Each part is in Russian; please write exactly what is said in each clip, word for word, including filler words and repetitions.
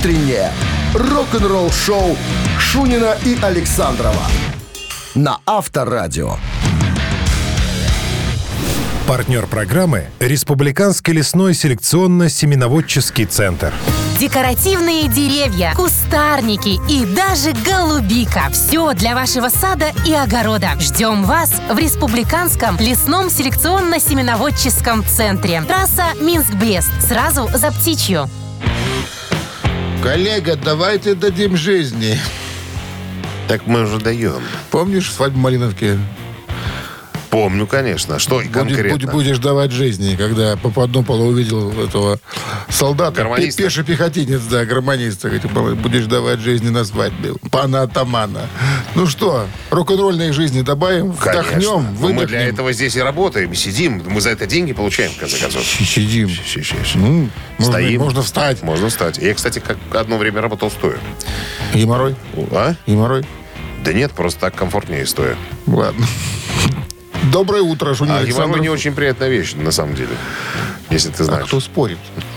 утреннее рок-н-ролл-шоу Шунина и Александрова на Авторадио. Партнер программы — Республиканский лесной селекционно-семеноводческий центр. Декоративные деревья, кустарники и даже голубика. Все для вашего сада и огорода. Ждем вас в Республиканском лесном селекционно-семеноводческом центре. Трасса Минск-Брест. Сразу за Птичью. Коллега, давайте дадим жизни. Так мы уже даем. Помнишь свадьбу в Малиновке? Помню, конечно. Что Будет, конкретно? будь, будешь давать жизни, когда Пападополо увидел этого солдата, Гармониста. пеший пехотинец, да, гармониста. Говорит, будешь давать жизни на свадьбе. Пана атамана. Ну что, рок-н-ролльной жизни добавим, Конечно. вдохнем, выдохнем. Мы для этого здесь и работаем, и сидим. Мы за это деньги получаем, в конце концов. Сидим. Щи-щи-щи. Ну, можно, Стоим. можно встать. Можно встать. Я, кстати, как одно время работал стоя. Геморрой? А? Геморрой? Да нет, просто так комфортнее стоя. Ладно. Доброе утро, Шунин А Александров. геморрой не очень приятная вещь, на самом деле. Если ты знаешь. А кто спорит?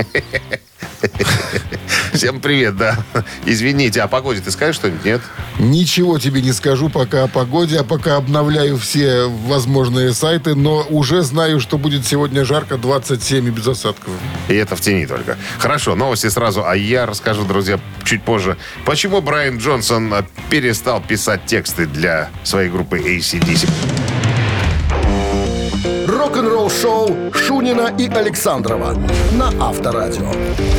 Всем привет, да. Извините, о погоде ты скажешь что-нибудь? Нет? Ничего тебе не скажу пока о погоде, а пока обновляю все возможные сайты, но уже знаю, что будет сегодня жарко, двадцать семь и без осадков. И это в тени только. Хорошо, новости сразу. А я расскажу, друзья, чуть позже, почему Брайан Джонсон перестал писать тексты для своей группы эй си ди си. Рок-н-ролл-шоу Шунина и Александрова на Авторадио.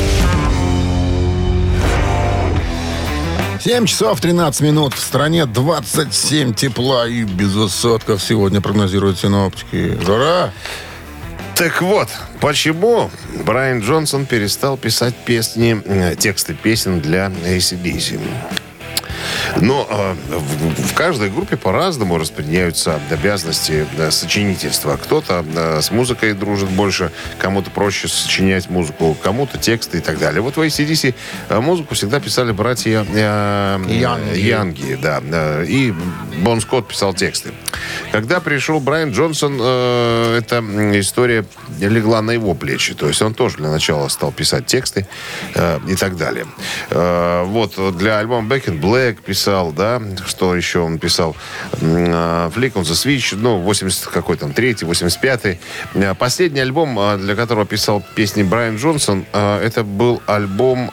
семь часов тринадцать минут. В стране двадцать семь тепла и без осадков сегодня прогнозируют синоптики. Жара! Так вот, почему Брайан Джонсон перестал писать песни, э, тексты песен для эй си ди си? Но э, в, в каждой группе по-разному распределяются обязанности э, сочинительства. Кто-то э, с музыкой дружит больше, кому-то проще сочинять музыку, кому-то тексты и так далее. Вот в эй си ди си э, музыку всегда писали братья э, Янги. Янги, да, э, и Бон Скотт писал тексты. Когда пришел Брайан Джонсон, э, эта история легла на его плечи. То есть он тоже для начала стал писать тексты э, и так далее. Э, вот для альбома Back in Black писал, да, что еще он писал, Flick on the Switch, ну, восемьдесят какой там, третий, восемьдесят пятый. Последний альбом, для которого писал песни Брайан Джонсон, это был альбом,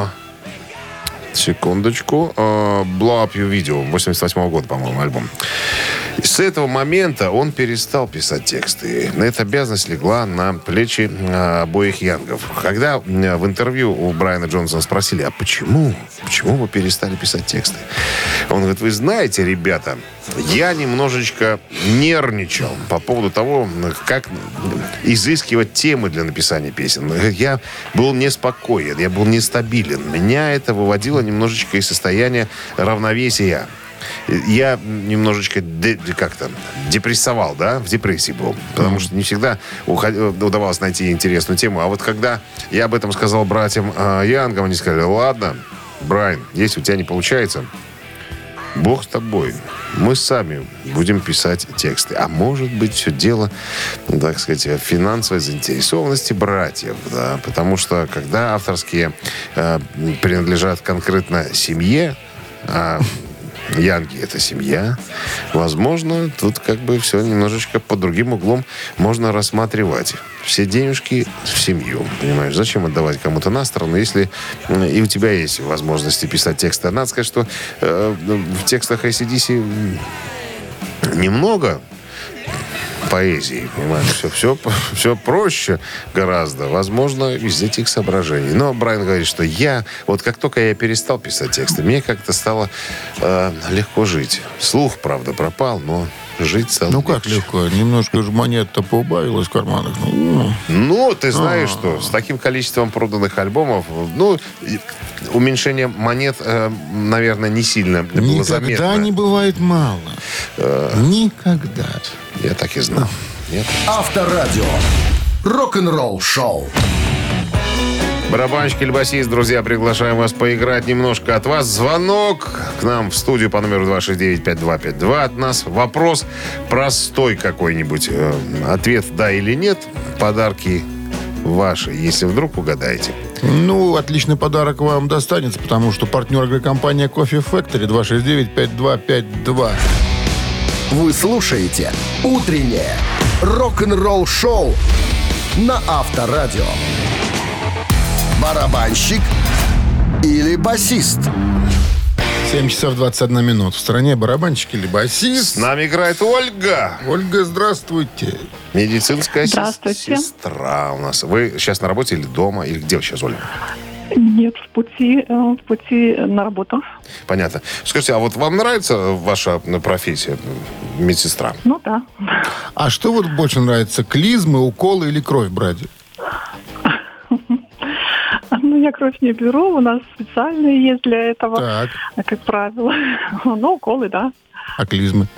секундочку, Blow Up Your Video, восемьдесят восьмого года, по-моему, альбом. С этого момента он перестал писать тексты. Эта обязанность легла на плечи обоих Янгов. Когда в интервью у Брайана Джонсона спросили, а почему? Почему вы перестали писать тексты? Он говорит, вы знаете, ребята, я немножечко нервничал по поводу того, как изыскивать темы для написания песен. Я был неспокоен, я был нестабилен. Меня это выводило немножечко из состояния равновесия. Я немножечко де, как-то депрессовал, да, в депрессии был. Потому что не всегда уход... удавалось найти интересную тему. А вот когда я об этом сказал братьям э, Янгам, они сказали, ладно, Брайан, если у тебя не получается, Бог с тобой. Мы сами будем писать тексты. А может быть, все дело, так сказать, в финансовой заинтересованности братьев. Да? Потому что когда авторские э, принадлежат конкретно семье, а Янги — это семья, возможно, тут как бы все немножечко под другим углом можно рассматривать. Все денежки в семью, понимаешь? Зачем отдавать кому-то на сторону, если и у тебя есть возможности писать тексты? Надо сказать, что э, в текстах эй си ди си немного поэзии, понимаешь? Все, все, все проще гораздо, возможно, из этих соображений. Но Брайан говорит, что я, вот как только я перестал писать тексты, мне как-то стало э, легко жить. Слух, правда, пропал, но жить стало Ну легче. как легко? Немножко же монет-то поубавилось в карманах. Ну, Ну, ты знаешь, что с таким количеством проданных альбомов, ну, уменьшение монет, э, наверное, не сильно было никогда заметно. не бывает мало. Никогда. Я так и знал. Нет? Авторадио. Рок-н-ролл-шоу. Барабанщик или басист, друзья, приглашаем вас поиграть немножко. От вас звонок к нам в студию по номеру два шесть девять пять два пять два. От нас вопрос простой какой-нибудь. Ответ «да» или «нет». Подарки ваши, если вдруг угадаете. Ну, отличный подарок вам достанется, потому что партнер игры компания Coffee Factory два шесть девять пять два пять два. Вы слушаете «Утреннее рок-н-ролл-шоу» на Авторадио. Барабанщик или басист? семь часов двадцать одна минута. В стране барабанщик или басист? С нами играет Ольга. Ольга, здравствуйте. Медицинская сес- Здравствуйте. сестра у нас. Вы сейчас на работе или дома? Или где вы сейчас, Оля? Нет, в пути, э, в пути на работу. Понятно. Скажите, а вот вам нравится ваша профессия, медсестра? Ну да. А что вот больше нравится, клизмы, уколы или кровь брать? Ну, я кровь не беру, у нас специальные есть для этого, Так, как правило. Ну, уколы, да. а клизмы?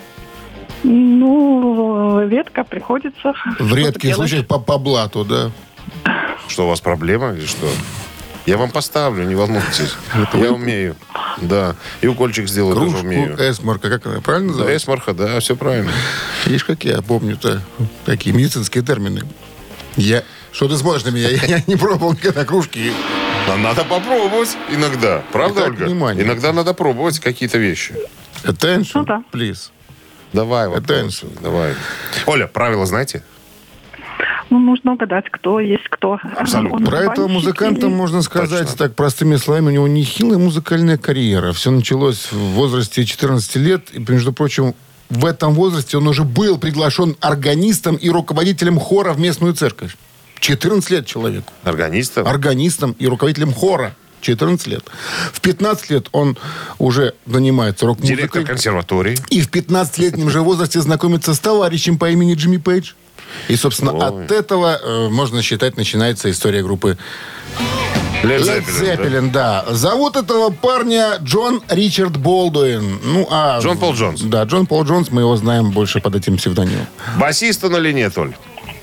Ну, редко приходится. В что-то редких делать. случаях по, по блату, да? Что, у вас проблема или что? Я вам поставлю, не волнуйтесь. Я умею. Да. И укольчик сделаю тоже Кружку умею. эсмарка, как она, правильно Да, называется? эсмарха, да, все правильно. Видишь, как я помню-то такие медицинские термины. Я... Что ты смотришь на меня? Я не пробовал никогда кружки. Но надо попробовать иногда. Правда, Итак, Ольга? внимание. Иногда надо пробовать какие-то вещи. Attention, Ну да. please. Давай, вопрос. Давай. Оля, правила знаете? Ну, нужно угадать, кто есть кто. Абсолютно. Он Про этого барабанщик музыканта или- можно сказать Точно. так простыми словами. У него нехилая музыкальная карьера. Все началось в возрасте четырнадцати лет. И, между прочим, в этом возрасте он уже был приглашен органистом и руководителем хора в местную церковь. четырнадцать лет человеку. Органистов? Органистом и руководителем хора. четырнадцать лет. В пятнадцать лет он уже занимается Директор рок-музыкой. консерватории. И в пятнадцатилетнем же возрасте знакомится с товарищем по имени Джимми Пейдж. И, собственно, Ой. от этого, э, можно считать, начинается история группы Лед Led Зеппелин, Zeppelin, да. Зовут этого парня Джон Ричард Болдуин. Ну, а... Джон Пол Джонс. Да, Джон Пол Джонс, мы его знаем больше под этим псевдонимом. да? Басист он или нет, Оль?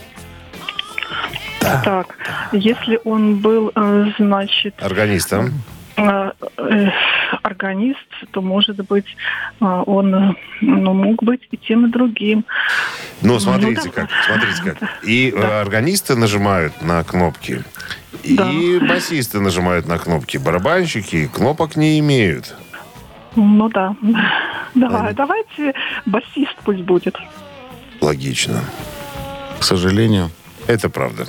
Так, если он был, э, значит, Органистом. э, э, органист, то, может быть, э, он э, ну, мог быть и тем, и другим. Ну, смотрите да. как, смотрите как. И э, органисты нажимают на кнопки, и Да. басисты нажимают на кнопки. Барабанщики кнопок не имеют. Ну да. Давай, давайте басист пусть будет. Логично. К сожалению. Это правда.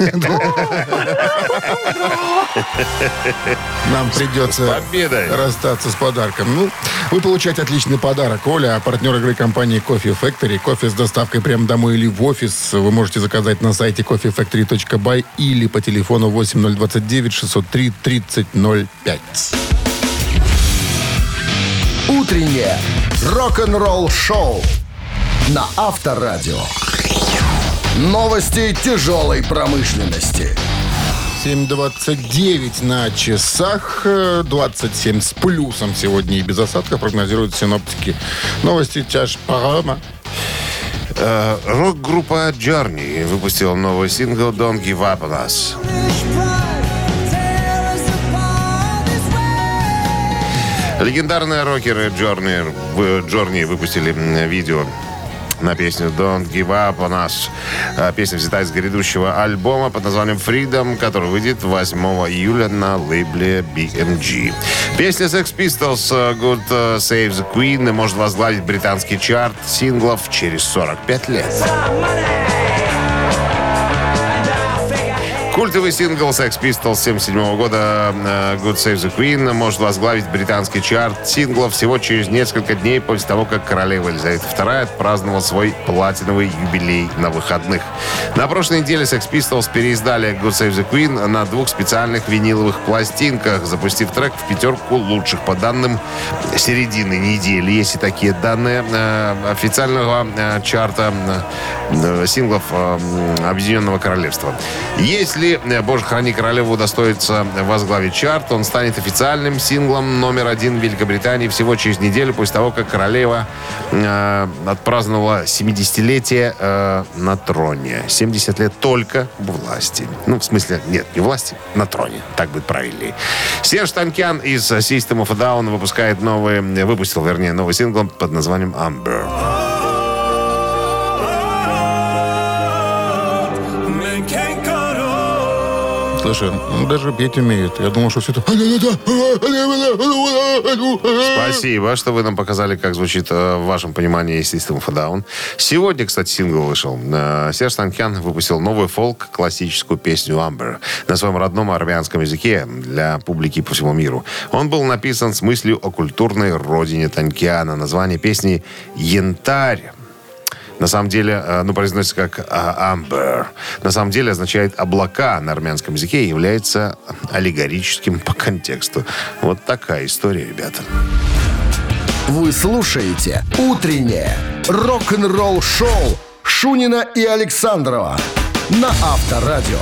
Нам придется Победой! расстаться с подарком. Ну, вы получаете отличный подарок. Оля, партнер игры компании Coffee Factory. Кофе с доставкой прямо домой или в офис вы можете заказать на сайте кофе фэктори точка бай или по телефону восемь ноль двадцать девять шестьсот три тридцать ноль пять. Утреннее рок-н-ролл-шоу на Авторадио. Новости тяжелой промышленности. семь двадцать девять на часах, э, двадцать семь с плюсом сегодня и без осадков прогнозируют синоптики. Новости тяж программа. Э, Рок-группа Journey выпустила новый сингл «Don't Give Up On Us». Легендарные рокеры Journey, в- Journey выпустили м, видео на песню «Don't Give Up On Us». А, Песня взята из грядущего альбома под названием «Freedom», который выйдет восьмого июля на лейбле би эм джи. Песня Sex Pistols «Good Save the Queen» может возглавить британский чарт синглов через сорок пять лет. Культовый сингл Sex Pistols семьдесят седьмого года э, «Good Save the Queen» может возглавить британский чарт синглов всего через несколько дней после того, как королева Елизавета вторая отпраздновала свой платиновый юбилей на выходных. На прошлой неделе Sex Pistols переиздали «Good Save the Queen» на двух специальных виниловых пластинках, запустив трек в пятерку лучших по данным середины недели. Есть и такие данные э, официального э, чарта э, синглов э, Объединенного Королевства. Если «Боже, храни королеву» удостоится возглавить чарт, он станет официальным синглом номер один в Великобритании всего через неделю после того, как королева э, отпраздновала семидесятилетие э, на троне. семьдесят лет только в власти. Ну, в смысле, нет, не власти, на троне. Так будет правильнее. Серж Танкян из System of a Down выпускает новый, выпустил, вернее, новый сингл под названием «Amber». Men can't cut Слушай, ну, даже петь умеет. Я думал, что все это... Спасибо, что вы нам показали, как звучит э, в вашем понимании System of a Down. Сегодня, кстати, сингл вышел. Э, Серж Танкян выпустил новую фолк-классическую песню «Amber» на своем родном армянском языке для публики по всему миру. Он был написан с мыслью о культурной родине Танкяна. Название песни «Янтарь». На самом деле, ну, произносится как «amber». На самом деле означает «облака» на армянском языке и является аллегорическим по контексту. Вот такая история, ребята. Вы слушаете «Утреннее рок-н-ролл-шоу» Шунина и Александрова на Авторадио.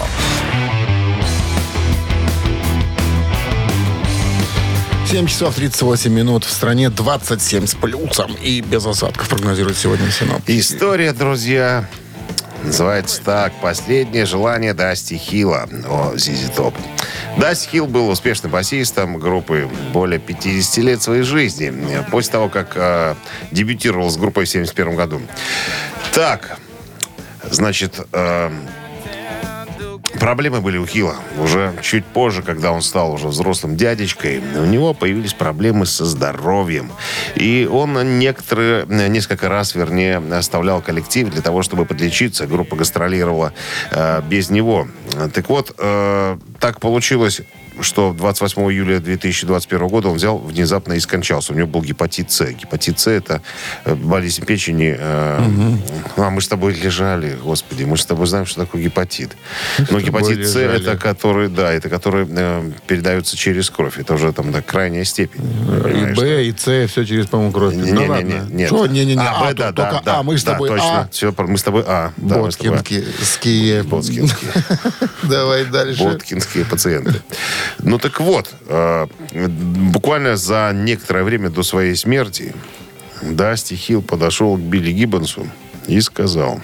семь часов тридцать восемь минут. В стране двадцать семь с плюсом. И без осадков прогнозируют сегодня синоптики. История, друзья, называется так. «Последнее желание Дасти Хилла» о зет зет Top. Дасти Хилл был успешным басистом группы более пятьдесят лет своей жизни. После того, как э, дебютировал с группой в семьдесят первом году. Так, значит... Э, Проблемы были у Хилла. Уже чуть позже, когда он стал уже взрослым дядечкой, у него появились проблемы со здоровьем. И он некоторые, несколько раз, вернее, оставлял коллектив для того, чтобы подлечиться. Группа гастролировала э, без него. Так вот, э, так получилось, что двадцать восьмого июля две тысячи двадцать первого года он взял внезапно и скончался. У него был гепатит С. Гепатит С – это болезнь печени. Э, угу. А мы с тобой лежали, господи, мы с тобой знаем, что такое гепатит. Но гепатит С – это который, да, это который э, передается через кровь. Это уже там да, крайняя степень. И Б, и С, все через, по-моему, кровь. Не, ну, не, ладно. Не, не, нет. Что? Не, не, не. А, а, Б, да, только да, да. А, мы с тобой да, точно. А. Все, мы с тобой А. Да, Боткинские. Боткинские. Давай дальше. Боткинские пациенты. Ну так вот, э, буквально за некоторое время до своей смерти Дасти Хилл подошел к Билли Гиббонсу и сказал: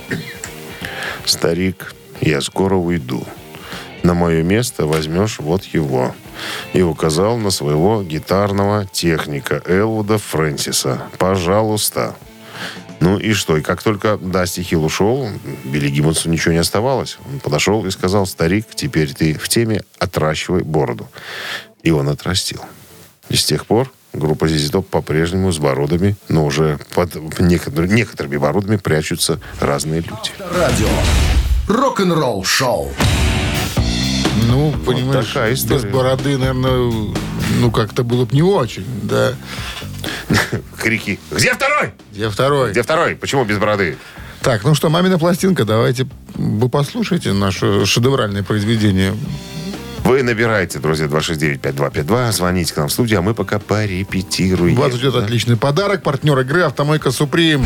«Старик, я скоро уйду. На мое место возьмешь вот его». И указал на своего гитарного техника Элвуда Фрэнсиса. «Пожалуйста». Ну и что? И как только Дасти Хилл ушел, Билли Гиббонсу ничего не оставалось. Он подошел и сказал: «Старик, теперь ты в теме, отращивай бороду». И он отрастил. И с тех пор группа зет зет Top по-прежнему с бородами, но уже под некотор- некоторыми бородами прячутся разные люди. Радио. Рок-н-ролл шоу. Ну, понимаешь, вот такая история. Без бороды, наверное, ну, как-то было бы не очень, да. Крики: «Где второй? Где второй? Где второй? Почему без бороды?» Так, ну что, «Мамина пластинка». Давайте вы послушайте наше шедевральное произведение. Вы набираете, друзья, два шесть девять пять два пять два, звоните к нам в студию, а мы пока порепетируем. У вас ждет да? отличный подарок. Партнер игры «Автомойка Суприм».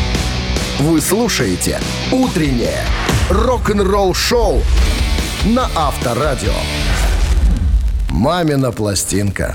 Вы слушаете «Утреннее рок-н-ролл шоу» на Авторадио. «Мамина пластинка».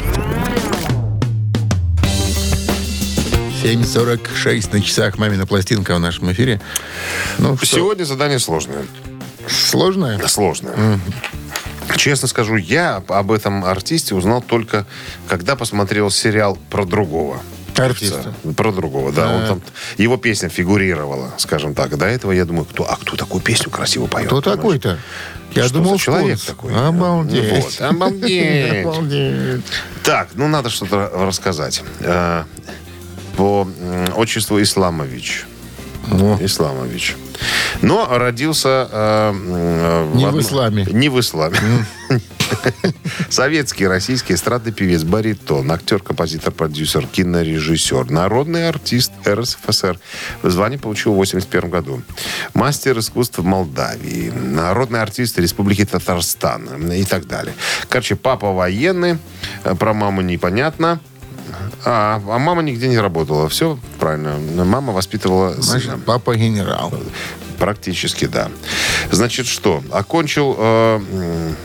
семь сорок шесть на часах. «Мамина пластинка» в нашем эфире. Ну, сегодня задание сложное. Сложное? Сложное. Mm. Честно скажу, я об этом артисте узнал только, когда посмотрел сериал про другого. Артиста. Про другого, да. Он там, его песня фигурировала, скажем так. До этого я думаю, кто, а кто такую песню красиво поет? Кто такой-то? Я что думал, человек что такой. Обалдеть. Ну, вот, обалдеть. Обалдеть. Так, ну надо что-то рассказать. По отчеству Исламович. О. Исламович. Но родился... Э, не в, в в исламе. Не в исламе. Советский, российский эстрадный певец, баритон, актер, композитор, продюсер, кинорежиссер, народный артист эр эс эф эс эр. Звание получил в восемьдесят первом году. Мастер искусств в Молдавии, народный артист Республики Татарстан и так далее. Короче, папа военный, про маму непонятно. А, а мама нигде не работала. Все правильно. Мама воспитывала сына. Значит, папа генерал. Практически, да. Значит, что? Окончил э,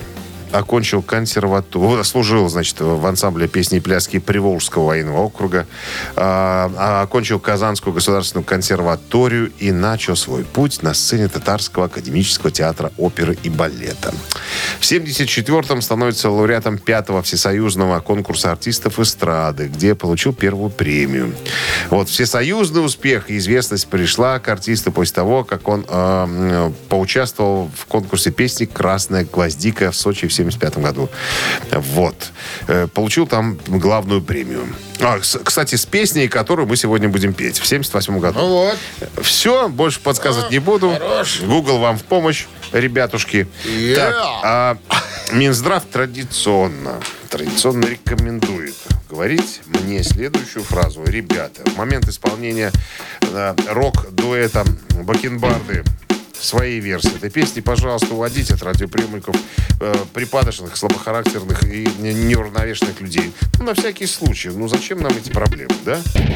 окончил консерваторию, служил, значит, в ансамбле песни и пляски Приволжского военного округа, а, окончил Казанскую государственную консерваторию и начал свой путь на сцене Татарского академического театра оперы и балета. В семьдесят четвёртом становится лауреатом пятого всесоюзного конкурса артистов эстрады, где получил первую премию. Вот всесоюзный успех и известность пришла к артисту после того, как он э, поучаствовал в конкурсе песни «Красная гвоздика» в Сочи в семьдесят пятом году. Вот. Э, получил там главную премию. А, с, кстати, с песней, которую мы сегодня будем петь в семьдесят восьмом году. Ну вот. Все, больше подсказывать а, не буду. Хорош. Google вам в помощь, ребятушки. Yeah. Так, а Минздрав традиционно, традиционно рекомендует говорить мне следующую фразу. Ребята, в момент исполнения э, рок-дуэта Бакенбарды своей версии этой песни, пожалуйста, уводите от радиоприемников э, припадочных, слабохарактерных и неуравновешенных людей. Ну, на всякий случай. Ну, зачем нам эти проблемы, да?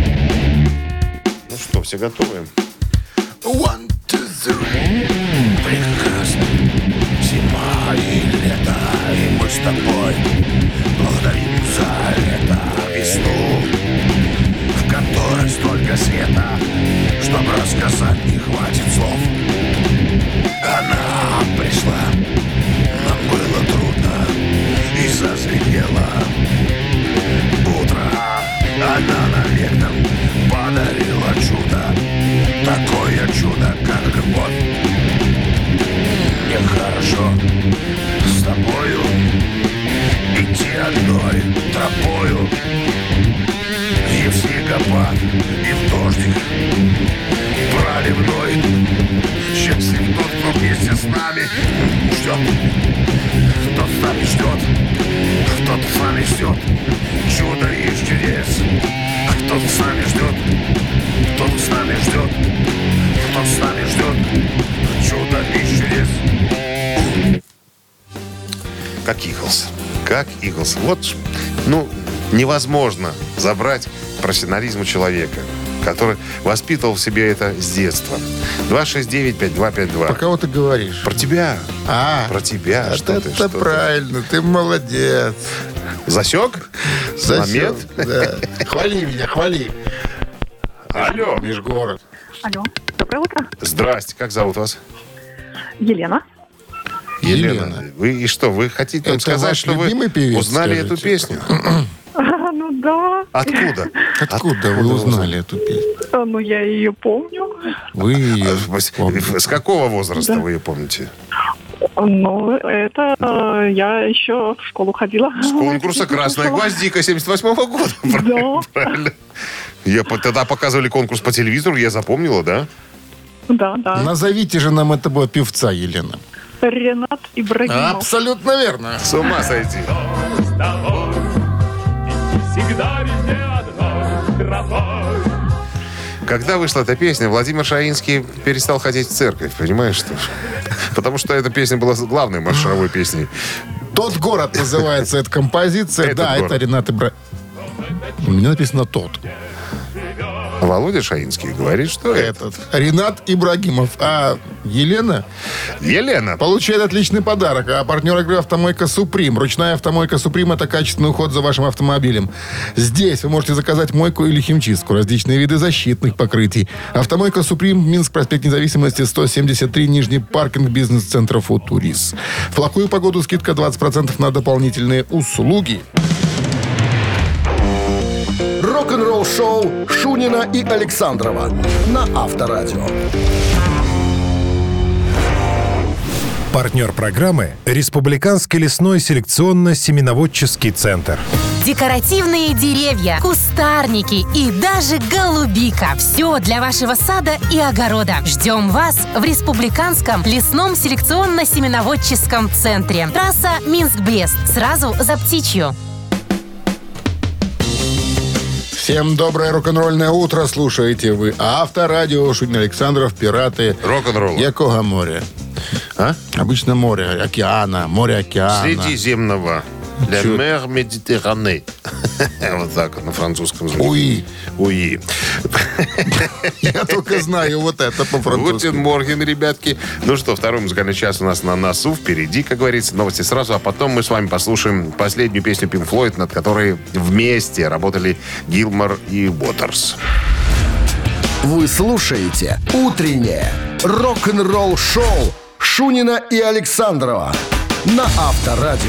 Ну что, все готовы? One, two, three. Прекрасно. Зима и лето, и мы с тобой благодарим за это весну, в которой столько света, чтобы рассказать не хватит слов. Она пришла, нам было трудно, и зазвенело утро. Она навек нам подарила чудо, такое чудо, как любовь. Мне хорошо с тобою идти одной тропою, и в снегопад, и в дождик проливной. Счастлив тот, кто вместе с нами ждет, кто с нами ждет, кто с нами ждет чудо и чудес. Кто с нами ждет, кто с нами ждет, кто с нами ждет чудо и чудес. Как Иглс. Как Иглс. Вот, ну, невозможно забрать профессионализм у человека, который воспитывал в себе это с детства. два шесть девять пять два пять два. Про кого ты говоришь? Про тебя. А, Про тебя. а Что это ты, что правильно, ты молодец. ты? Засек? Засек, Момент? да. Хвали меня, хвали. Алло. Межгород. Алло, доброе утро. Здрасте. Как зовут вас? Елена. Елена. Вы и что, вы хотите нам Это сказать, ваш что вы любимый певец, узнали скажите? эту песню? Ну да. Откуда? Откуда вы узнали эту песню? Ну, я ее помню. Вы ее С помните? с какого возраста Да. вы ее помните? Ну, это э, я еще в школу ходила. С конкурса «Красная гвоздика» семьдесят восьмого года. Правильно, правильно. Я, по- тогда показывали конкурс по телевизору, я запомнила, да? Да, да. Назовите же нам этого певца, Елена. Ренат Ибрагимов. Абсолютно верно. С ума сойти. Всегда везде одной тропой. Когда вышла эта песня, Владимир Шаинский перестал ходить в церковь, понимаешь, что? Потому что эта песня была главной маршевой песней. «Тот город» называется эта композиция. Этот Да, город. это Ренат Ибра... У меня написано «тот». Володя Шаинский говорит, что это. Этот. Ренат Ибрагимов. А Елена Елена. получает отличный подарок. А партнер игры «Автомойка Суприм». Ручная «Автомойка Суприм» — это качественный уход за вашим автомобилем. Здесь вы можете заказать мойку или химчистку, различные виды защитных покрытий. «Автомойка Суприм», Минск, проспект Независимости, сто семьдесят три, Нижний паркинг бизнес-центра «Футурис». В плохую погоду скидка двадцать процентов на дополнительные услуги. Рок-н-ролл-шоу Шунина и Александрова на Авторадио. Партнер программы – Республиканский лесной селекционно-семеноводческий центр. Декоративные деревья, кустарники и даже голубика. Все для вашего сада и огорода. Ждем вас в Республиканском лесном селекционно-семеноводческом центре. Трасса Минск-Брест. Сразу за Птичью. Всем доброе рок-н-ролльное утро. Слушаете вы Авторадио, Шунин Александров, «Пираты». Рок-н-ролл. Якого моря? А? Обычно море, океана, море, океана. Средиземного. «La Чё? mer Méditerranée». Вот так вот на французском языке. Уи. Уи. Я только знаю вот это по-французски. Гутен Морген, ребятки. Ну что, второй музыкальный час у нас на носу. Впереди, как говорится, новости сразу. А потом мы с вами послушаем последнюю песню Pink Floyd, над которой вместе работали Гилмор и Уотерс. Вы слушаете «Утреннее рок-н-ролл-шоу» Шунина и Александрова на Авторадио.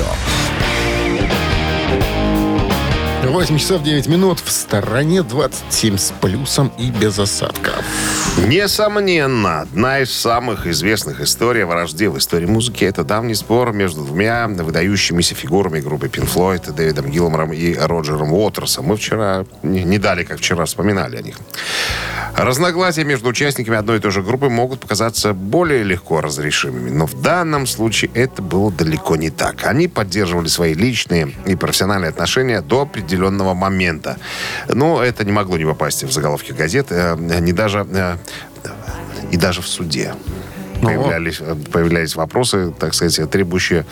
восемь часов девять минут. В стороне двадцать семь с плюсом и без осадков. Несомненно, одна из самых известных историй о вражде в истории музыки — это давний спор между двумя выдающимися фигурами группы Pink Floyd, Дэвидом Гилмором и Роджером Уотерсом. Мы вчера, не, не дали, как вчера, вспоминали о них. Разногласия между участниками одной и той же группы могут показаться более легко разрешимыми, но в данном случае это было далеко не так. Они поддерживали свои личные и профессиональные отношения до определенного момента. Но это не могло не попасть в заголовки газет, не даже, и даже в суде. Появлялись, появлялись вопросы, так сказать, требующие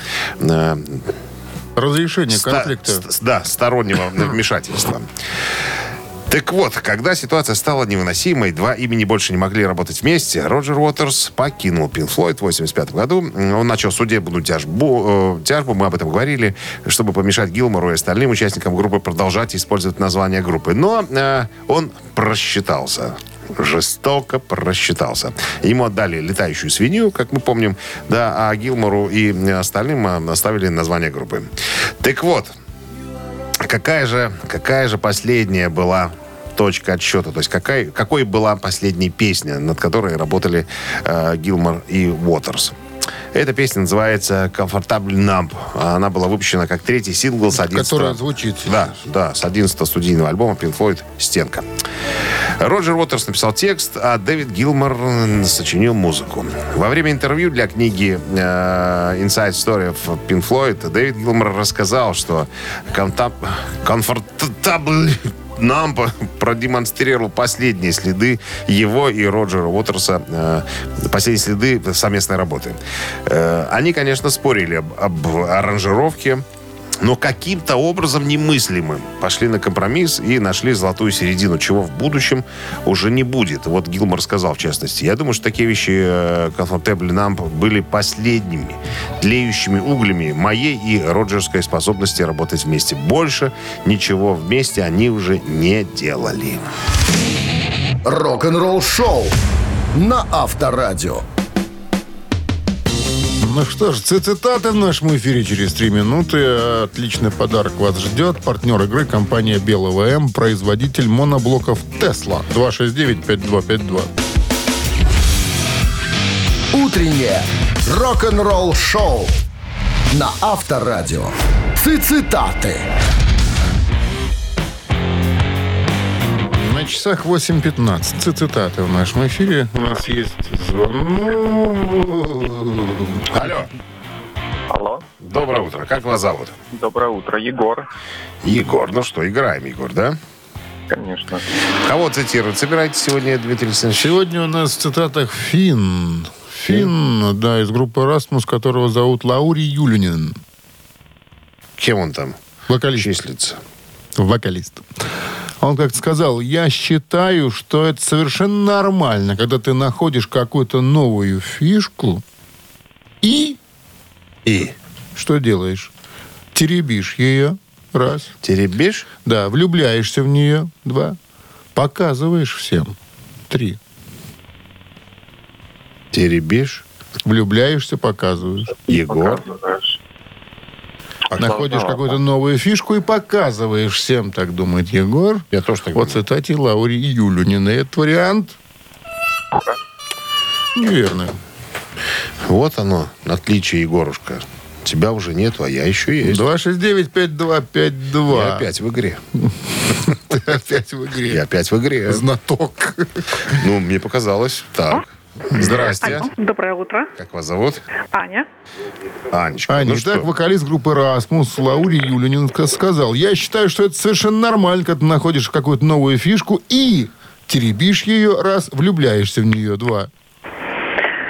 Разрешение конфликта. ста- ст- да, стороннего вмешательства. Так вот, когда ситуация стала невыносимой, два имени больше не могли работать вместе, Роджер Уотерс покинул Pink Floyd в восемьдесят пятом году. Он начал судебную тяжбу, э, тяжбу, мы об этом говорили, чтобы помешать Гилмору и остальным участникам группы продолжать использовать название группы. Но э, он просчитался. Жестоко просчитался. Ему отдали летающую свинью, как мы помним, да, а Гилмору и остальным оставили название группы. Так вот, какая же, какая же последняя была точка отсчета? То есть какая, какой была последняя песня, над которой работали э, Гилмор и Уотерс? Эта песня называется «Comfortably Numb». Она была выпущена как третий сингл с одиннадцатого... Которая звучит сейчас. Да, да, с одиннадцатого студийного альбома Pink Floyd «Стенка». Роджер Уотерс написал текст, а Дэвид Гилмор сочинил музыку. Во время интервью для книги э, Inside Story of Pink Floyd Дэвид Гилмор рассказал, что «Comfortably Numb» продемонстрировал последние следы его и Роджера Уотерса, э, последние следы совместной работы. Э, они, конечно, спорили об, об аранжировке, но каким-то образом немыслимым пошли на компромисс и нашли золотую середину, чего в будущем уже не будет. Вот Гилмор сказал, в частности: я думаю, что такие вещи, Comfortably Numb, были последними тлеющими углями моей и Роджерской способности работать вместе. Больше ничего вместе они уже не делали. Рок-н-ролл-шоу на Авторадио. Ну что ж, цитаты в нашем эфире через три минуты. Отличный подарок вас ждет. Партнер игры — компания Белого М, производитель моноблоков Tesla. два шесть девять пять два пять два. Утреннее рок-н-ролл-шоу на Авторадио. Цитаты. На часах восемь пятнадцать. Цитаты в нашем эфире. У нас есть звонок. Алло. Алло. Доброе утро. Как вас зовут? Доброе утро, Егор. Егор. Ну что, играем, Егор, да? Конечно. Кого цитировать собираетесь сегодня, Дмитрий Александрович? Сегодня у нас в цитатах Финн. Финн, да, из группы Rasmus, которого зовут Лаури Юлинин. Кем он там Вокалист. числится? Вокалист. Он как-то сказал: я считаю, что это совершенно нормально, когда ты находишь какую-то новую фишку и... И? Что делаешь? Теребишь ее. Раз. Теребишь? Да, влюбляешься в нее. Два. Показываешь всем. Три. Теребишь? Влюбляешься, показываешь. Егор? Показываешь. Находишь какую-то новую фишку и показываешь всем, так думает Егор. Я тоже так Вот думаю. цитате Лаури Юлинина. Этот вариант неверный. Вот оно, отличие, Егорушка. Тебя уже нету, а я еще есть. два шесть девять пять два пять Я два. опять в игре. Ты опять в игре. Я опять в игре. Знаток. Ну, мне показалось. Так. Здрасте. Алло, доброе утро. Как вас зовут? Аня. Анечка. Аня, Ну итак, что? вокалист группы Rasmus Лаури Юлинин сказал: я считаю, что это совершенно нормально, когда ты находишь какую-то новую фишку и теребишь ее, раз, влюбляешься в нее, два.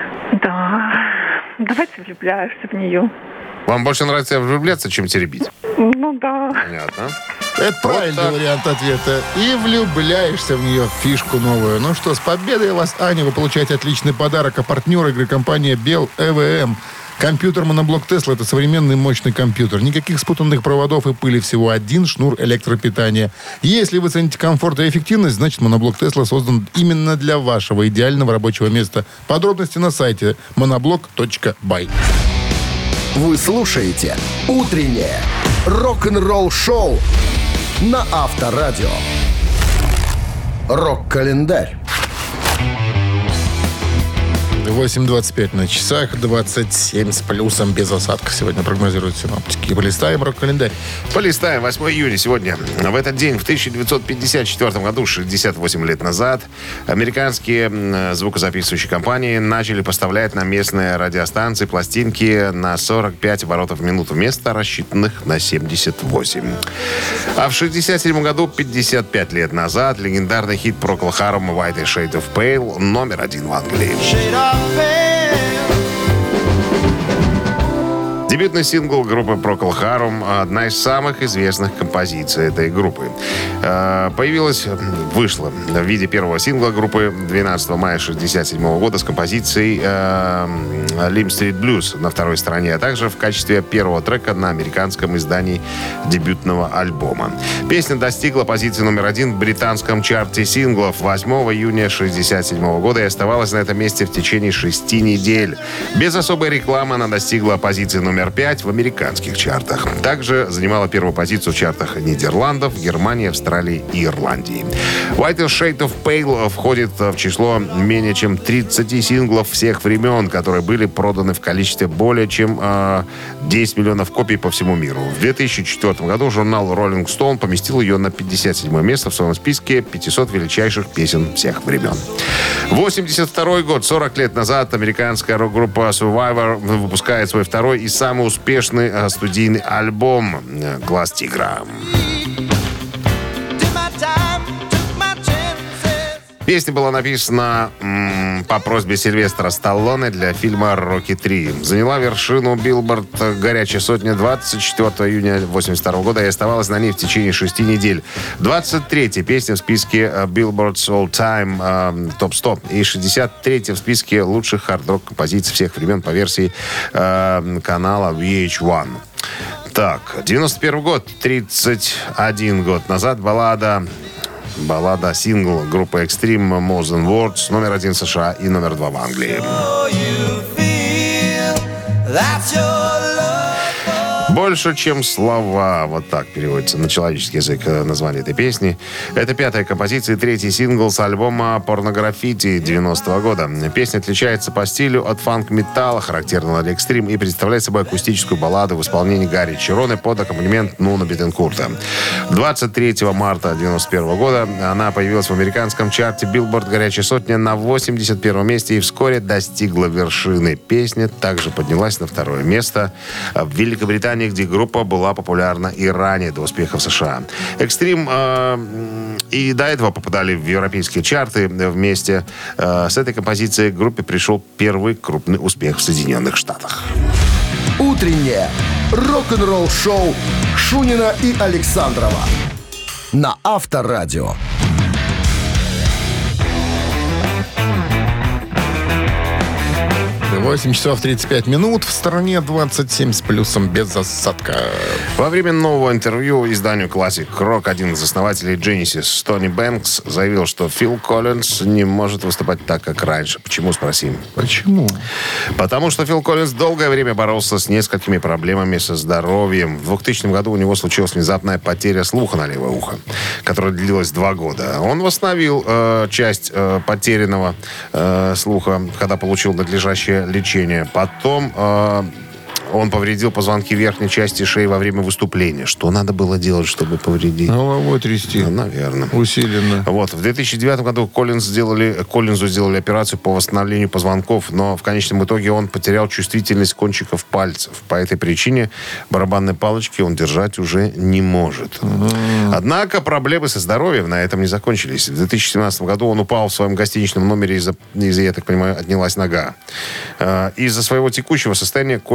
Да, давайте влюбляешься в нее. Вам больше нравится влюбляться, чем теребить? Ну да. Понятно. Это правильный так. вариант ответа. И влюбляешься в нее, в фишку новую. Ну что, с победой вас, Аня. Вы получаете отличный подарок. А партнер игры компания Bell и ви эм. Компьютер моноблок Tesla — это современный мощный компьютер. Никаких спутанных проводов и пыли, всего один шнур электропитания. Если вы цените комфорт и эффективность, значит моноблок Tesla создан именно для вашего идеального рабочего места. Подробности на сайте моноблок точка бай. Вы слушаете «Утреннее рок-н-ролл-шоу» на Авторадио. Рок-календарь. восемь двадцать пять на часах, двадцать семь с плюсом, без осадков сегодня прогнозируют синоптики. Полистаем рок-календарь. Полистаем. восьмого июня сегодня. В этот день, в тысяча девятьсот пятьдесят четвёртом году, шестьдесят восемь лет назад, американские звукозаписывающие компании начали поставлять на местные радиостанции пластинки на сорок пять оборотов в минуту вместо рассчитанных на семьдесят восемь. А в шестьдесят седьмом году, пятьдесят пять лет назад, легендарный хит Procol Harum «White Shade of Pale» номер один в Англии. Дебютный сингл группы Procol Harum — одна из самых известных композиций этой группы. Появилась, вышла в виде первого сингла группы двенадцатого мая шестьдесят седьмого года с композицией Limp Street Blues на второй стороне, а также в качестве первого трека на американском издании дебютного альбома. Песня достигла позиции номер один в британском чарте синглов восьмого июня шестьдесят седьмого года и оставалась на этом месте в течение шести недель. Без особой рекламы она достигла позиции номер пять в американских чартах. Также занимала первую позицию в чартах Нидерландов, Германии, Австралии и Ирландии. White Shade of Pale входит в число менее чем тридцати синглов всех времен, которые были проданы в количестве более чем э, десять миллионов копий по всему миру. В две тысячи четвёртом году журнал Rolling Stone поместил ее на пятьдесят седьмое место в своем списке пятисот величайших песен всех времен. восемьдесят второй год, сорок лет назад, американская рок-группа Survivor выпускает свой второй и самый успешный э, студийный альбом «Глаз тигра». Песня была написана м, по просьбе Сильвестра Сталлоне для фильма «Рокки три». Заняла вершину Billboard горячей сотни двадцать четвёртого июня восемьдесят второго года и оставалась на ней в течение шести недель. двадцать третья песня в списке Billboard's All Time э, топ сто и шестьдесят третья в списке лучших хард-рок композиций всех времен по версии э, канала ви эйч один. Так, девяносто первый год, тридцать один год назад, баллада... Баллада, сингл группы Extreme More Than Words, номер один в США и номер два в Англии. «Больше, чем слова». Вот так переводится на человеческий язык название этой песни. Это пятая композиция и третий сингл с альбома «Порнографити» девяностого года. Песня отличается по стилю от фанк-металла, характерного для экстрим, и представляет собой акустическую балладу в исполнении Гарри Чироне под аккомпанемент Нуна Беттенкурта. двадцать третьего марта девяносто первого года она появилась в американском чарте Billboard «Горячая сотня» на восемьдесят первом месте и вскоре достигла вершины. Песня также поднялась на второе место в Великобритании, где группа была популярна и ранее, до успеха в США. Экстрим э, и до этого попадали в европейские чарты. Вместе э, с этой композицией к группе пришел первый крупный успех в Соединенных Штатах. Утреннее рок-н-ролл-шоу Шунина и Александрова на Авторадио. восемь часов тридцать пять минут. В стороне двадцать семь с плюсом, без осадка. Во время нового интервью изданию Classic Rock один из основателей Genesis, Тони Бэнкс, заявил, что Фил Коллинз не может выступать так, как раньше. Почему, спросим? Почему? Потому что Фил Коллинз долгое время боролся с несколькими проблемами со здоровьем. В двухтысячном году у него случилась внезапная потеря слуха на левое ухо, которая длилась два года. Он восстановил э, часть э, потерянного э, слуха, когда получил надлежащее лечение. Потом э, он повредил позвонки верхней части шеи во время выступления. Что надо было делать, чтобы повредить? Головой трясти. Ну, наверное. Усиленно. Вот. В две тысячи девятом году Коллинз сделали, Коллинзу сделали операцию по восстановлению позвонков, но в конечном итоге он потерял чувствительность кончиков пальцев. По этой причине барабанной палочки он держать уже не может. Mm-hmm. Однако проблемы со здоровьем на этом не закончились. В две тысячи семнадцатом году он упал в своем гостиничном номере, из-за, из-за я так понимаю, отнялась нога. Из-за своего текущего состояния Коллинзу необходимо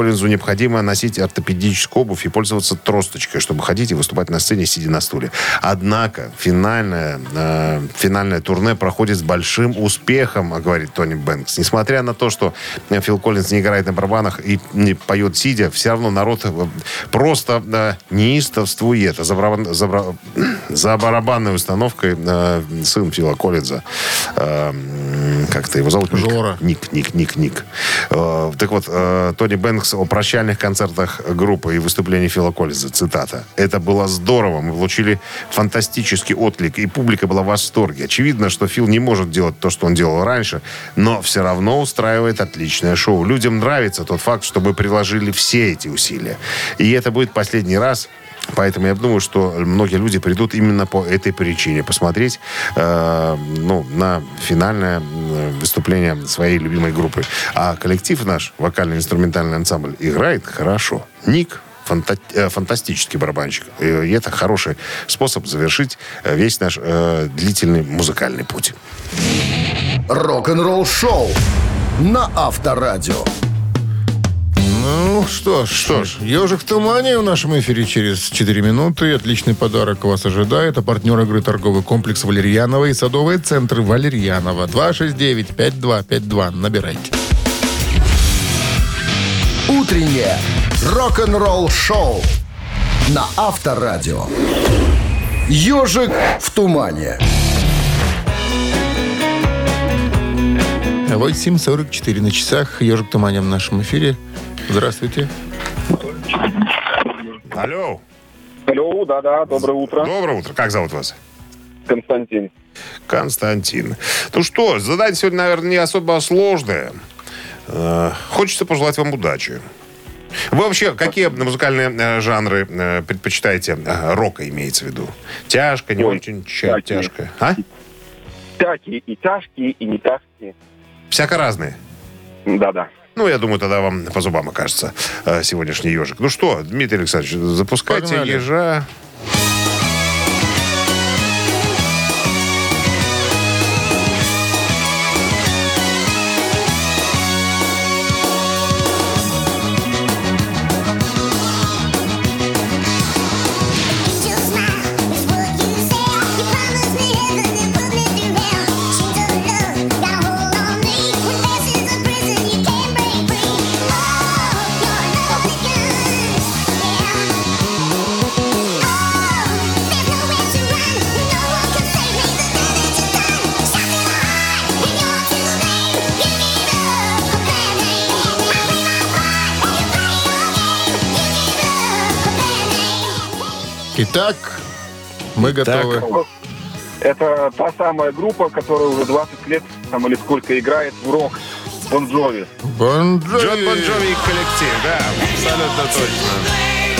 необходимо носить ортопедическую обувь и пользоваться тросточкой, чтобы ходить и выступать на сцене, сидя на стуле. Однако финальное, э, финальное турне проходит с большим успехом, говорит Тони Бэнкс. Несмотря на то, что Фил Коллинз не играет на барабанах и не поет сидя, все равно народ просто э, неистовствует. За, барабан, за, за барабанной установкой э, сын Фила Коллинза, э, как-то его зовут? Жора. Ник, Ник, Ник, Ник. Э, так вот, э, Тони Бэнкс о прощальных концертах группы и выступлении Фила Коллинза. Цитата. «Это было здорово. Мы получили фантастический отклик, и публика была в восторге. Очевидно, что Фил не может делать то, что он делал раньше, но все равно устраивает отличное шоу. Людям нравится тот факт, что мы приложили все эти усилия. И это будет последний раз». Поэтому я думаю, что многие люди придут именно по этой причине. Посмотреть э, ну, на финальное выступление своей любимой группы. А коллектив наш, вокально-инструментальный ансамбль, играет хорошо. Ник фанта- э, фантастический барабанщик. И это хороший способ завершить весь наш э, длительный музыкальный путь. Рок-н-ролл шоу на Авторадио. Ну что ж, что ж, «Ежик в тумане» в нашем эфире через четыре минуты. Отличный подарок вас ожидает. А партнер игры торговый комплекс «Валерьянова» и садовые центры «Валерьянова». два шесть девять пять два пять два. Набирайте. Утреннее рок-н-ролл шоу на Авторадио. «Ежик в тумане». восемь сорок четыре на часах. «Ежик в тумане» в нашем эфире. Здравствуйте. Алло. Алло, да-да, доброе утро. Доброе утро. Как зовут вас? Константин. Константин. Ну что, задание сегодня, наверное, не особо сложное. Э, Хочется пожелать вам удачи. Вы вообще какие музыкальные э, жанры э, предпочитаете? Э, Рока имеется в виду. Тяжко, не Ой, очень ча- всякие. тяжко. А? Всякие, и тяжкие, и не тяжкие. Всяко разные. Да-да. Ну, я думаю, тогда вам по зубам окажется э, сегодняшний ежик. Ну что, Дмитрий Александрович, запускайте Погнали. ежа. Итак, мы готовы. Это та самая группа, которая уже двадцать лет, там или сколько, играет в рок. Бон Джови. Бон Джови. Джон Бон Джови и коллектив, да, абсолютно точно.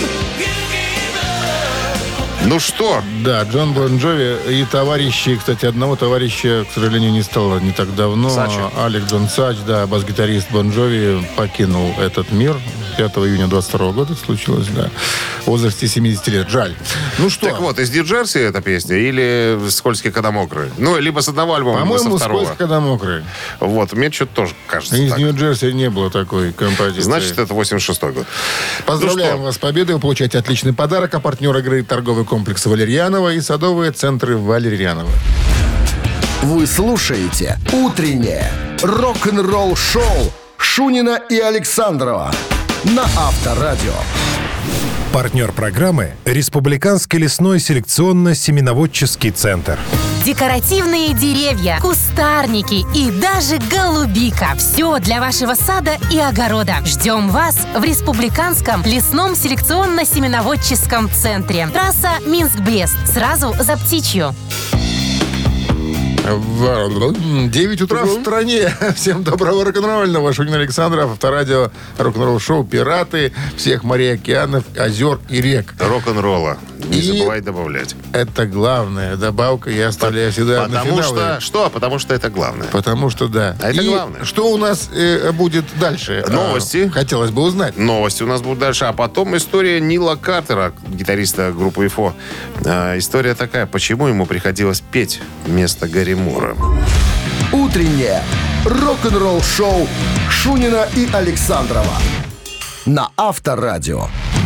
Ну что? Да, Джон Бон Джови и товарищи, кстати, одного товарища, к сожалению, не стало не так давно. Сачи. Алек Джон Сач, да, бас-гитарист Бон Джови, покинул этот мир. пятого июня двадцать второго года это случилось, да. В возрасте семидесяти лет. Жаль. Ну что? Так вот, из Нью-Джерси эта песня или «Скользкие, когда мокрые»? Ну, либо с одного альбома, либо со По-моему, второго. «Скользко, когда мокрые». Вот, мне что-то тоже кажется Из так. Нью-Джерси не было такой композиции. Значит, это восемьдесят шестой год. Поздравляем Ну что? вас с победой. Вы получаете отличный подарок. А партнер игры торговый комплекс «Валерьянова» и садовые центры «Валерьянова». Вы слушаете «Утреннее рок-н-ролл-шоу» Шунина и Александрова на Авторадио. Партнер программы – Республиканский лесной селекционно-семеноводческий центр. Декоративные деревья, кустарники и даже голубика. Все для вашего сада и огорода. Ждем вас в Республиканском лесном селекционно-семеноводческом центре. Трасса Минск-Брест. Сразу за Птичью. девять утра в стране. Всем доброго рок-н-ролльного. Шунин Александров, Авторадио, рок-н-ролл шоу «Пираты» всех морей, океанов, озер и рек. Рок-н-ролла. Не И- забывай добавлять. Это главная добавка. Я оставляю всегда на Потому финалы. что... Что? Потому что это главное. Потому что да. А это И главное. что у нас э, будет дальше? Новости. А, хотелось бы узнать. Новости у нас будут дальше. А потом история Нила Картера, гитариста группы ИФО. А, история такая. Почему ему приходилось петь вместо Гарри Мура? Утреннее рок-н-ролл шоу Шунина и Александрова на на Авторадио.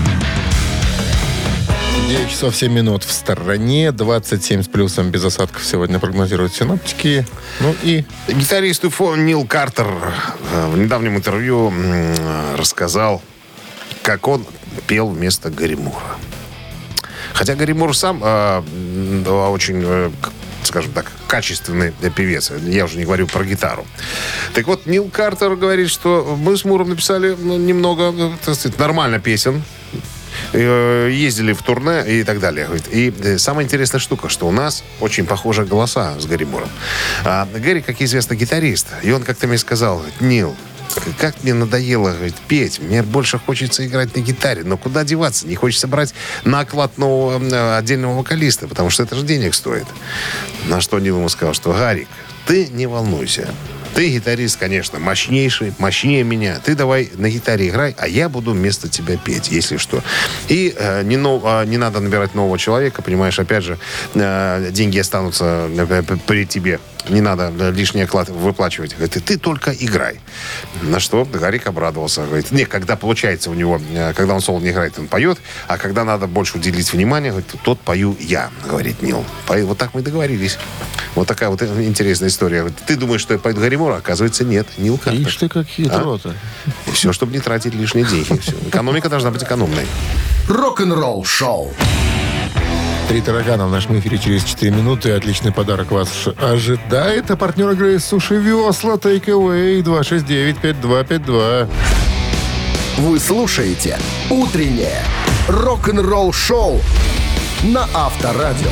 девять часов семь минут в стороне. двадцать семь с плюсом без осадков сегодня прогнозируют синоптики. Ну и... Гитарист УФО Нил Картер в недавнем интервью рассказал, как он пел вместо Гарри Мура. Хотя Гарри Мур сам э, очень, э, скажем так, качественный певец. Я уже не говорю про гитару. Так вот, Нил Картер говорит, что мы с Муром написали ну, немного, так сказать, нормально песен. Ездили в турне и так далее. И самая интересная штука, что у нас очень похожи голоса с Гарри Муром. А Гарри, как известно, гитарист. И он как-то мне сказал: Нил, как мне надоело, говорит, петь. Мне больше хочется играть на гитаре. Но куда деваться? Не хочется брать на оклад нового отдельного вокалиста, потому что это же денег стоит. На что Нил ему сказал, что Гарик, ты не волнуйся. Ты гитарист, конечно, мощнейший, мощнее меня. Ты давай на гитаре играй, а я буду вместо тебя петь, если что. И э, не, нов, э, не надо набирать нового человека, понимаешь, опять же, э, деньги останутся э, при тебе. Не надо лишний оклад выплачивать. Говорит, ты только играй. На что Гарик обрадовался. Говорит, не, когда получается у него, когда он соло не играет, он поет, а когда надо больше уделить внимания, говорит, тот пою я, говорит Нил. Вот так мы и договорились. Вот такая вот интересная история. Говорит, ты думаешь, что это поет Гарри Мур, а оказывается, нет. Нил Картер. Ишь ты, как хитро-то. А? Все, чтобы не тратить лишние деньги. Все. Экономика должна быть экономной. Рок-н-ролл шоу. Три таракана в нашем эфире через четыре минуты. Отличный подарок вас ожидает. А партнер игры «Суши Весла» Take Away два шесть девять пять два пять два. Вы слушаете «Утреннее рок-н-ролл шоу» на Авторадио.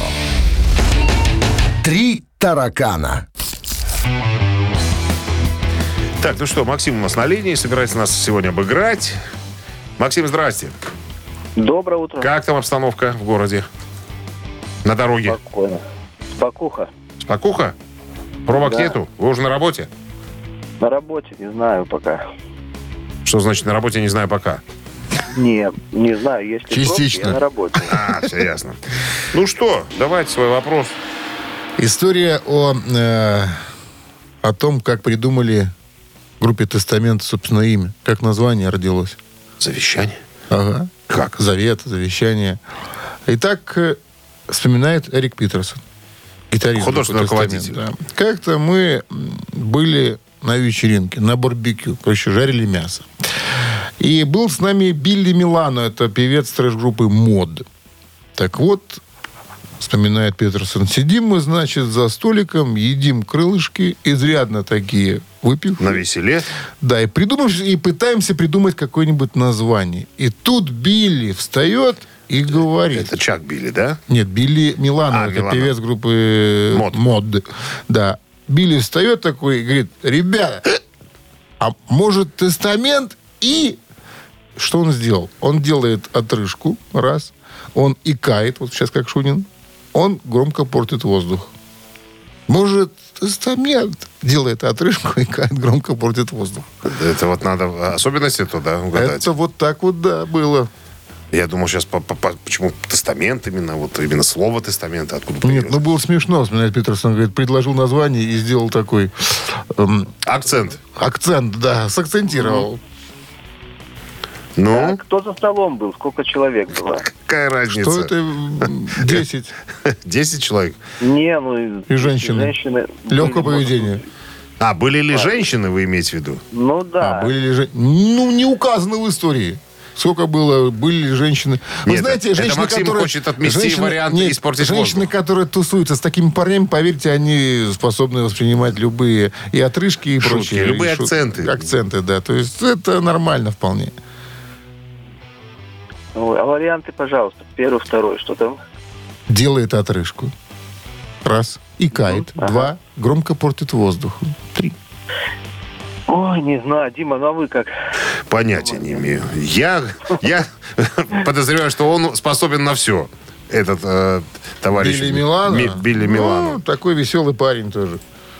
Три таракана. Так, ну что, Максим у нас на линии, собирается нас сегодня обыграть. Максим, здрасте. Доброе утро. Как там обстановка в городе? На дороге? Спокойно. Спокуха. Спокуха? Пробок Да. нету? Вы уже на работе? На работе, не знаю пока. Что значит на работе, не знаю пока? Нет, не знаю, если Частично. пробки, я на работе. А, все ясно. Ну что, давайте свой вопрос. История о, э, о том, как придумали группе «Тестамент» собственно имя. Как название родилось. Завещание? Ага. Как? Завет, завещание. Итак, э, вспоминает Эрик Питерсон. Гитарист. Художественный группы руководитель. «Тестамент», да. Как-то мы были на вечеринке, на барбекю. Короче, жарили мясо. И был с нами Билли Милано. Это певец трэш-группы «Мод». Так вот, вспоминает Питерсон, сидим мы, значит, за столиком, едим крылышки, изрядно такие выпив. На веселе? Да, и, придумав, и пытаемся придумать какое-нибудь название. И тут Билли встает и говорит... Это Чак Билли, да? Нет, Билли Милано, А, это Милано. певец группы Мод. Мод. Да. Билли встает такой и говорит, ребята, а может «Тестамент» и... Что он сделал? Он делает отрыжку, раз. Он икает, вот сейчас как Шунин. Он громко портит воздух. Может, «Тестамент» делает отрыжку, икает, громко портит воздух. Это вот надо особенности туда угадать. Это вот так вот, да, было. Я думал сейчас, по, по, по- почему тестамент именно, вот именно слово тестамент, откуда Нет, появилось? ну было смешно, вспоминает Питерсон. Говорит, предложил название и сделал такой эм, Акцент. акцент, да, сакцентировал. Ну, А кто за столом был? Сколько человек было? какая разница? Что это? м, десять. Десять человек. Не, ну... И женщины. женщины Легкое были, поведение. А, были ли женщины, вы имеете в виду? Ну да. А, были ли же... Ну, не указано в истории. Сколько было, были ли женщины. Вы Нет, знаете, это женщины, Максим которые... хочет отмести вариант испортить женщины, воздух. которые тусуются с такими парнями, поверьте, они способны воспринимать любые и отрыжки, и Шутки, прочие. любые и шут- акценты. Акценты, да. То есть это нормально вполне. Ой, а варианты, пожалуйста. Первый, второй. Что там? Делает отрыжку. Раз. Икает. Ага. Два. Громко портит воздух. Три. Ой, не знаю. Дима, ну а вы как? Понятия не имею. Я, я подозреваю, что он способен на все. Этот э, товарищ. Билли Милано. Ми- Билли Ну, Милано. такой веселый парень тоже.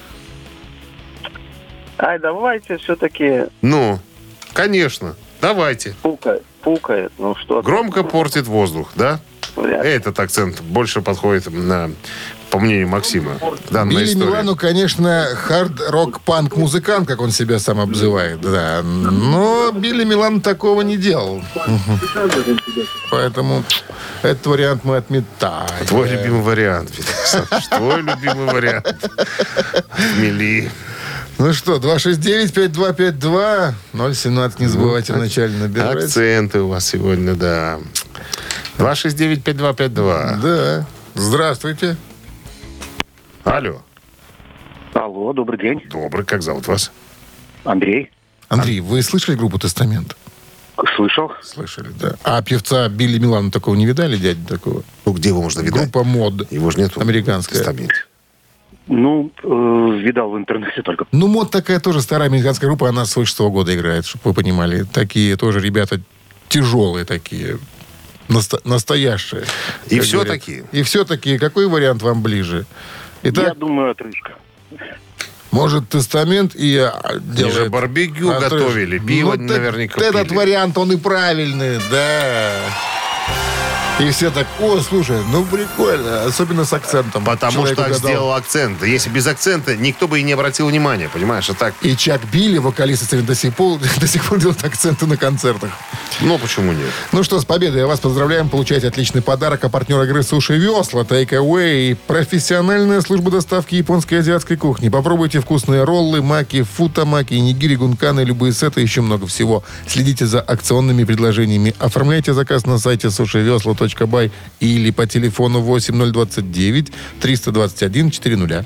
Ай, давайте все-таки Ну, конечно. Давайте. пукает. Пукает. Ну что? Громко портит воздух, да? Вряд ли. Этот акцент больше подходит на по мнению Максима. Данная Билли история. Милану, конечно, хард-рок-панк-музыкант, как он себя сам обзывает, да. Но Билли Милан такого не делал. Поэтому этот вариант мы отметаем. Твой любимый вариант, Александр. Твой любимый вариант. Мили. Ну что, два шесть девять пять два пять два ноль семнадцать, не забывайте вначале набирать. Акценты у вас сегодня, да. два шесть девять пять два пять два. Да. Здравствуйте. Алло. Алло, добрый день. Добрый, как зовут вас? Андрей. Андрей, вы слышали группу «Тестамент»? Слышал. Слышали, да. А певца Билли Милана такого не видали, дядю такого? Ну, где его можно видать? Группа «Мод». Его же нету. Американская. «Тестамент». Ну, э, видал в интернете только. Ну, «Мод» такая тоже старая американская группа, она с шестого года играет, чтобы вы понимали. Такие тоже ребята тяжелые такие, наста- настоящие. И как все говорят. такие? И все такие. Какой вариант вам ближе? Итак, Я думаю, отрыжка. может, «Тестамент» и а, Они делает... же барбекю отрыж- готовили, пиво Ну, наверняка т- Этот пили. вариант, он и правильный, да. И все так, о, слушай, ну прикольно, особенно с акцентом. Потому Человек что так угадал. сделал акцент. Если без акцента, никто бы и не обратил внимания, понимаешь? А так, И Чак Билли, вокалист, до сих пор, до сих пор делает акценты на концертах. ну почему нет? Ну что, с победой вас поздравляем. Получайте отличный подарок. А партнер игры «Суши Весла», Take Away, профессиональная служба доставки японской и азиатской кухни. Попробуйте вкусные роллы, маки, футамаки, нигири, гунканы, любые сеты, еще много всего. Следите за акционными предложениями. Оформляйте заказ на сайте суши весла точка бай или по телефону восемь ноль двадцать девять триста двадцать один четыреста.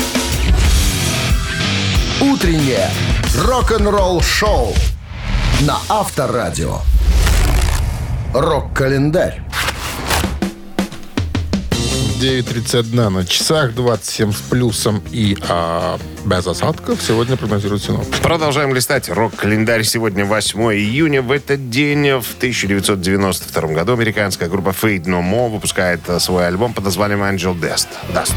Утреннее рок-н-ролл-шоу на Авторадио. Рок-календарь. девять тридцать один на часах, двадцать семь с плюсом и а, без осадков. Сегодня прогнозируют синоптики. Продолжаем листать рок-календарь. Сегодня восьмое июня. В этот день, в тысяча девятьсот девяносто втором году, американская группа Faith No More выпускает свой альбом под названием Angel Dust. Dust.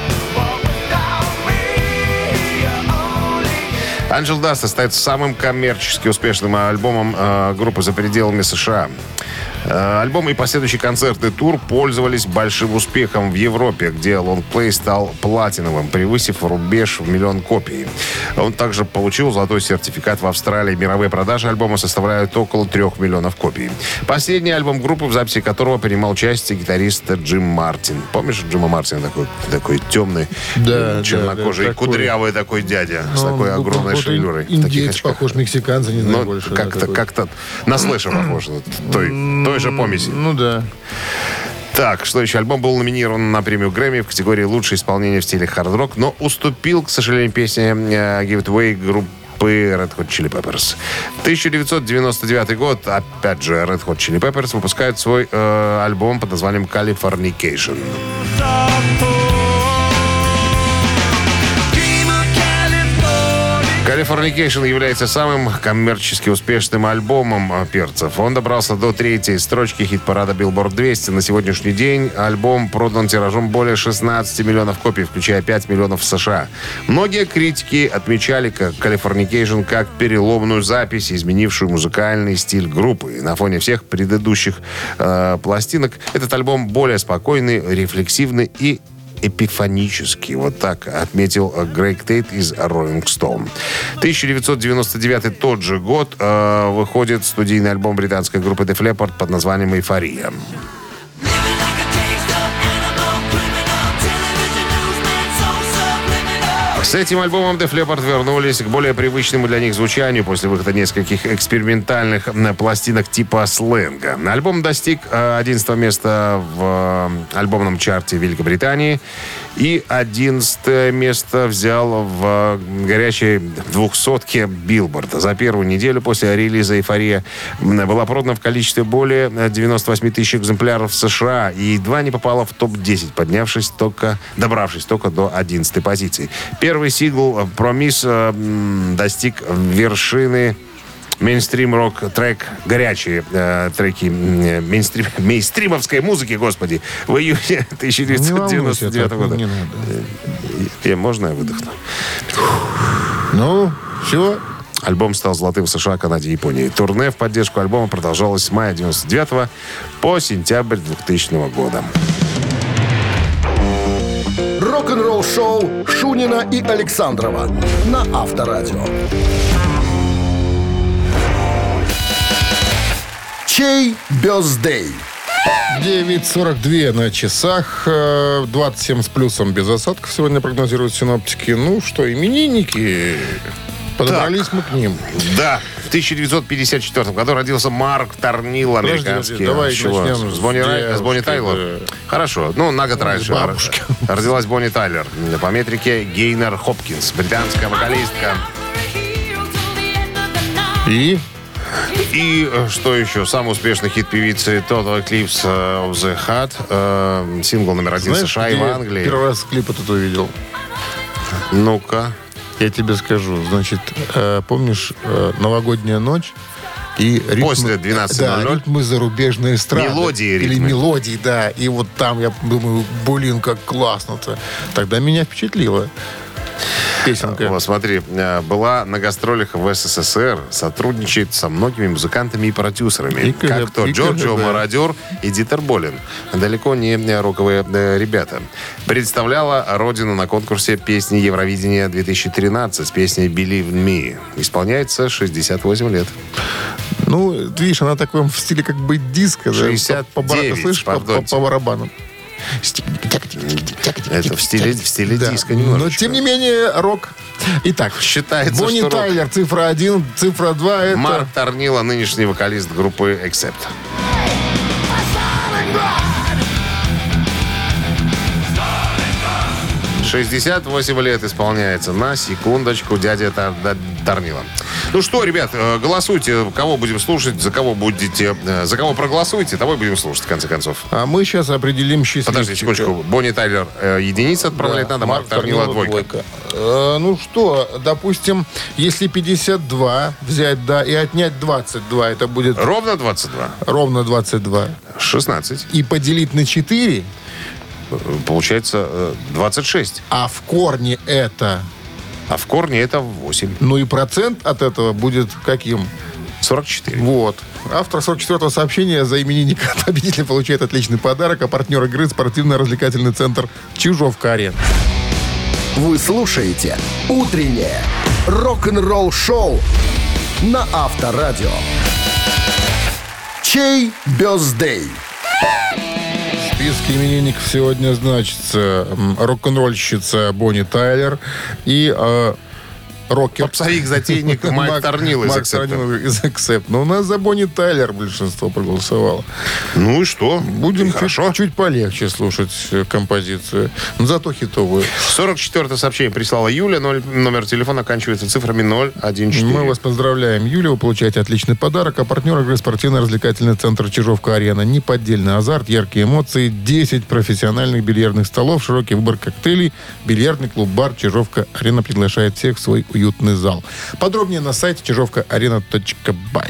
Angel Dust остается самым коммерчески успешным альбомом э, группы за пределами США. Э, альбом и последующий концертный тур пользовались большим успехом в Европе, где лонгплей стал платиновым, превысив рубеж в миллион копий. Он также получил золотой сертификат в Австралии. Мировые продажи альбома составляют около трех миллионов копий. Последний альбом группы, в записи которого принимал участие гитарист Джим Мартин. Помнишь Джима Мартина? Такой, такой темный, Да, чернокожий, да, да, кудрявый такой дядя с Ну, такой он огромной какой-то шевелюрой. в таких Индеец, очках. похож, мексиканца, не знаю Ну, больше. да, как-то, такой. как-то на слэша похож. Той, той же помеси. Ну да. Так, что еще? Альбом был номинирован на премию Грэмми в категории «Лучшее исполнение в стиле хард-рок», но уступил, к сожалению, песне э, «Give It Away» группы Red Hot Chili Peppers. тысяча девятьсот девяносто девятый год, опять же, Red Hot Chili Peppers выпускает свой э, альбом под названием «Californication». «Californication» является самым коммерчески успешным альбомом перцев. Он добрался до третьей строчки хит-парада Billboard двести. На сегодняшний день альбом продан тиражом более шестнадцати миллионов копий, включая пять миллионов в США. Многие критики отмечали «Californication» как переломную запись, изменившую музыкальный стиль группы. На фоне всех предыдущих э, пластинок этот альбом более спокойный, рефлексивный и эпифанический. Вот так отметил Грег Тейт из Rolling Stone. тысяча девятьсот девяносто девятый, тот же год, э, выходит студийный альбом британской группы Def Leppard под названием «Эйфория». С этим альбомом Def Leppard вернулись к более привычному для них звучанию после выхода нескольких экспериментальных пластинок типа сленга. Альбом достиг одиннадцатого места в альбомном чарте Великобритании и одиннадцатое место взял в горячей двухсотке Билборда. За первую неделю после релиза «Эйфория» была продана в количестве более девяноста восьми тысяч экземпляров в США и едва не попала в топ десять, поднявшись только, добравшись только до одиннадцатой позиции. Первый сингл «Promise» достиг вершины мейнстрим-рок трек, горячие э, треки э, мейнстрим, мейнстримовской музыки, господи, в июне тысяча девятьсот девяносто девятого года. Не надо. Я, можно я выдохну? Ну, все. Альбом стал золотым в США, Канаде и Японии. Турне в поддержку альбома продолжалось с мая девяносто девятого по сентябрь двухтысячного года. Рок-н-ролл-шоу Шунина и Александрова на Авторадио. Чей бёздей? девять сорок два на часах. э, двадцать семь с плюсом без осадков сегодня прогнозируют синоптики. Ну что, именинники. Подобрались мы к ним. Да. В тысяча девятьсот пятьдесят четвёртом году родился Марк Торнилл, американский. Подожди, давай Чего? начнем с Бонни, с Рай- девушки, с Бонни Тайлер. да. Хорошо. Ну, на год раньше. бабушки. Родилась Бонни Тайлер. По метрике Гейнер Хопкинс. Британская вокалистка. И И э, что еще? Самый успешный хит певицы Total Eclipse of the Heart. Э, сингл номер один в знаешь, США и где в я Англии. первый раз клип этот увидел? Ну-ка. Я тебе скажу. Значит, э, помнишь, э, новогодняя ночь? И ритмы, После двенадцати ноль ноль. Да, ритмы зарубежной эстрады. Мелодии Или ритмы. мелодии, да. И вот там я думаю, блин, как классно-то. Тогда меня впечатлило. Песенка. Вот, смотри, э, была на гастролях в СССР, сотрудничает со многими музыкантами и продюсерами, И КГБ, как то и Джорджио КГБ. Мародер и Дитер Болин. Далеко не э, роковые э, ребята. Представляла родину на конкурсе песни Евровидения две тысячи тринадцать с песней «Believe in Me». Исполняется шестьдесят восемь лет. Ну, видишь, она такой в стиле как бы диска. да, шестьдесят по, по, барабану, девять, слышишь, по, по, пардоньте. по барабанам. Это в стиле, в стиле Да. диска Но, немножечко. тем не менее, рок. Итак, Считается, Бонни что рок. Тайлер, цифра один, цифра два, это... Марк Торнилл, нынешний вокалист группы Accept. шестьдесят восемь лет исполняется. На секундочку дядя Тор- Тор- Торнилла. Ну что, ребят, э, голосуйте, кого будем слушать, за кого будете, э, за кого проголосуете, того и будем слушать, в конце концов. А мы сейчас определим счастливчика. Подожди секундочку. Бонни Тайлер э, единица отправлять Да, надо, Марк Торнилла двойка. Э, ну что, допустим, если пятьдесят два взять, да, и отнять двадцать два, это будет Ровно двадцать два. ровно двадцать два. шестнадцать. И поделить на четыре, Э, Получается э, двадцать шесть. а в корне это... А в корне это восемь. Ну и процент от этого будет каким? сорок четыре. Вот. Автор сорок четвёртого сообщения за именинника победителя получает отличный подарок, а партнер игры — спортивно-развлекательный центр «Чижовка-Арена». Вы слушаете «Утреннее рок-н-ролл-шоу» на Авторадио. Чей бёздей? В списке именинников сегодня значится м, рок-н-ролльщица Бонни Тайлер и э, рокер. Попсовик-затейник Марк Торнилл из Марк Accept. Торнилл из Accept. Но у нас за Бонни Тайлер большинство проголосовало. Ну и что? Будем И чуть, хорошо. чуть полегче слушать э, композицию. Но зато хитовую. сорок четвёртое сообщение прислала Юля. Ноль- номер телефона оканчивается цифрами ноль один четыре. Мы вас поздравляем, Юля. Вы получаете отличный подарок. А партнер игры — спортивно-развлекательный центр «Чижовка-Арена». Неподдельный азарт, яркие эмоции, десять профессиональных бильярдных столов, широкий выбор коктейлей. Бильярдный клуб-бар «Чижовка-Арена» приглашает всех в свой уютный зал. Подробнее на сайте чижовка арена точка бай.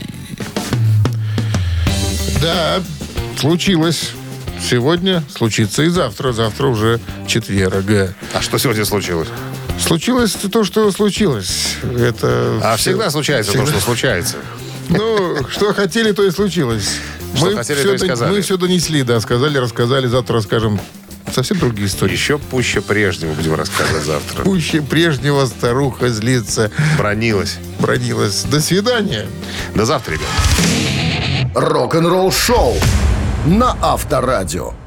Да, случилось. Сегодня случится и завтра. Завтра уже четверг. А что сегодня случилось? Случилось то, что случилось. Это А все- всегда случается всегда. то, что случается. Ну, что хотели, то и случилось. Что хотели, все то и сказали. мы все донесли, да, сказали, рассказали. Завтра расскажем совсем другие истории. Еще пуще прежнего будем рассказывать завтра. Пуще прежнего старуха злится, Бронилась. бронилась. До свидания. До завтра, ребят. Рок-н-ролл-шоу на Авторадио.